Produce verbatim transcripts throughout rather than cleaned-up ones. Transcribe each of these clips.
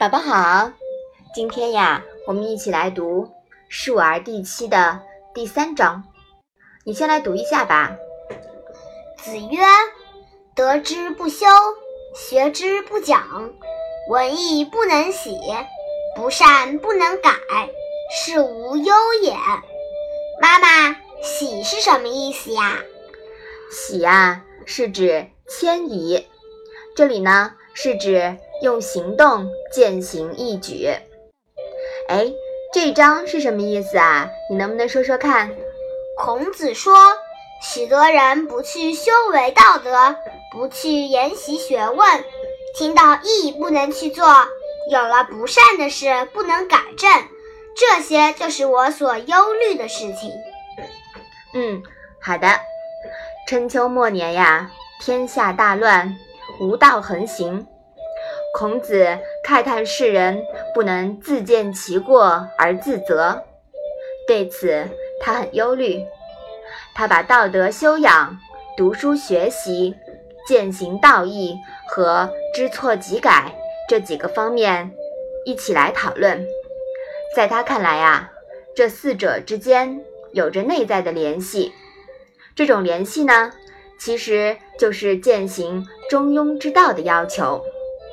宝宝好，今天呀，我们一起来读述而第七的第三章。你先来读一下吧。 子曰：得之不修，学之不讲，文艺不能喜，不善不能改，是无忧也。妈妈，喜是什么意思呀？ 喜啊，是指迁移，这里呢是指用行动践行一举。哎，这一章是什么意思啊？你能不能说说看？ 孔子说，许多人不去修为道德，不去研习学问，听到义不能去做，有了不善的事不能改正，这些就是我所忧虑的事情。 嗯，好的。春秋末年呀，天下大乱，无道横行。孔子慨叹世人不能自见其过而自责，对此他很忧虑。他把道德修养、读书学习、践行道义和知错即改这几个方面一起来讨论。在他看来啊，这四者之间有着内在的联系。这种联系呢，其实就是践行中庸之道的要求。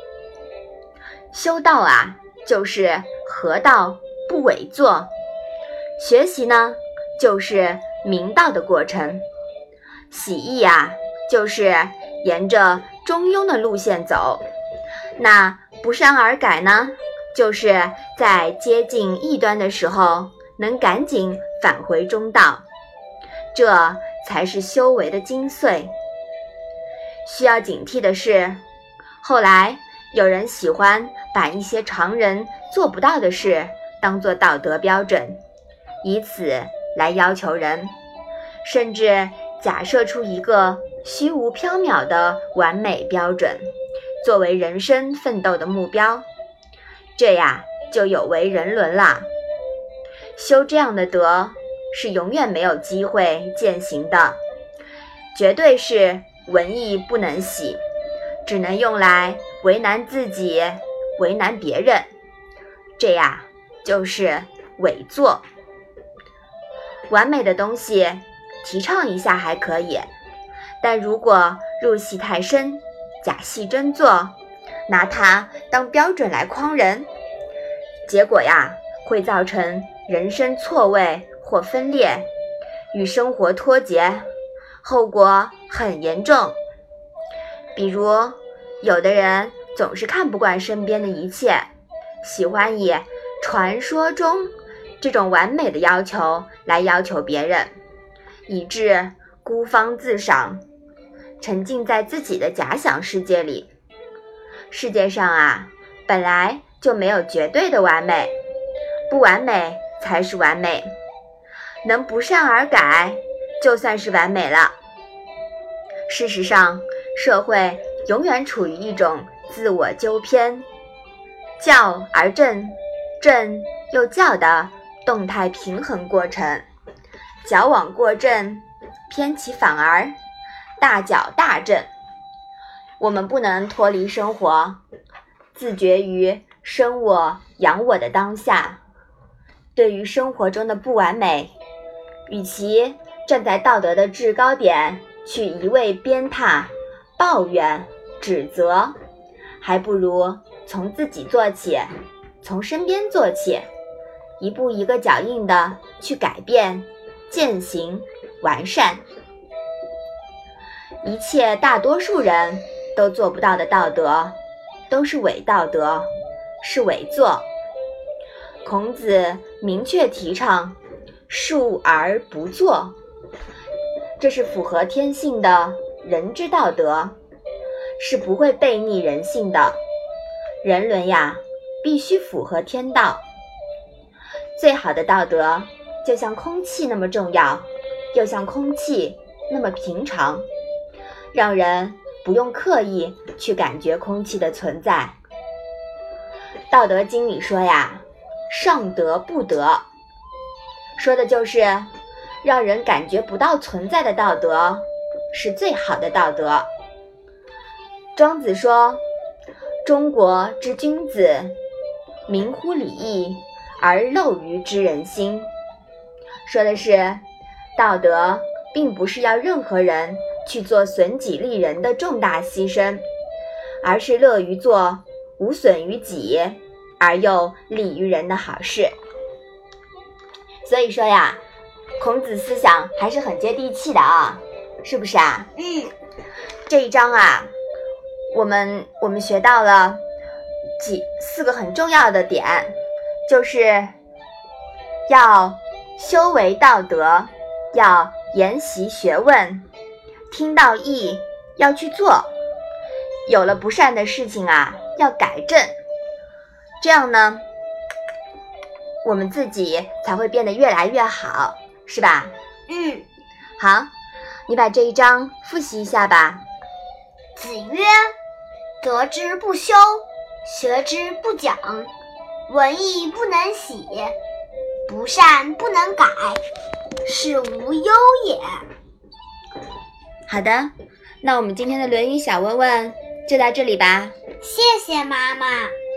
修道啊，就是合道不违作；学习呢，就是明道的过程；喜义啊，就是沿着中庸的路线走。那不善而改呢，就是在接近异端的时候，能赶紧返回中道。这才是修为的精髓。需要警惕的是，后来有人喜欢把一些常人做不到的事当作道德标准，以此来要求人，甚至假设出一个虚无缥缈的完美标准，作为人生奋斗的目标。这呀，就有违人伦啦。修这样的德是永远没有机会践行的，绝对是文艺不能喜，只能用来为难自己，为难别人，这呀就是伪作。完美的东西提倡一下还可以，但如果入戏太深，假戏真做，拿它当标准来诓人，结果呀会造成人生错位或分裂，与生活脱节，后果很严重。比如，有的人总是看不惯身边的一切，喜欢以传说中这种完美的要求来要求别人，以致孤芳自赏，沉浸在自己的假想世界里。世界上啊，本来就没有绝对的完美，不完美才是完美。能不善而改，就算是完美了。事实上，社会永远处于一种自我纠偏、教而正、正又教的动态平衡过程，矫枉过正，偏其反而，大矫大正。我们不能脱离生活，自觉于生我养我的当下。对于生活中的不完美，与其站在道德的制高点去一味鞭挞、抱怨、指责，还不如从自己做起，从身边做起，一步一个脚印的去改变、践行、完善。一切大多数人都做不到的道德，都是伪道德，是伪作。孔子明确提倡述而不作，这是符合天性的人之道德，是不会悖逆人性的。人伦呀，必须符合天道。最好的道德就像空气那么重要，又像空气那么平常，让人不用刻意去感觉空气的存在。道德经里说呀，上德不德，说的就是让人感觉不到存在的道德是最好的道德。庄子说，中国之君子明乎礼义，而陋于知人心。说的是，道德并不是要任何人去做损己利人的重大牺牲，而是乐于做无损于己而又利于人的好事。所以说呀，孔子思想还是很接地气的啊，是不是啊？ 嗯， 这一章啊，我们我们学到了几四个很重要的点，就是要修为道德，要研习学问，听到义要去做，有了不善的事情啊，要改正，这样呢，我们自己才会变得越来越好，是吧？ 嗯， 好，你把这一章复习一下吧。 子曰：得之不修，学之不讲，文艺不能喜，不善不能改，是无忧也。 好的，那我们今天的《论语》小问问就到这里吧。 谢谢妈妈。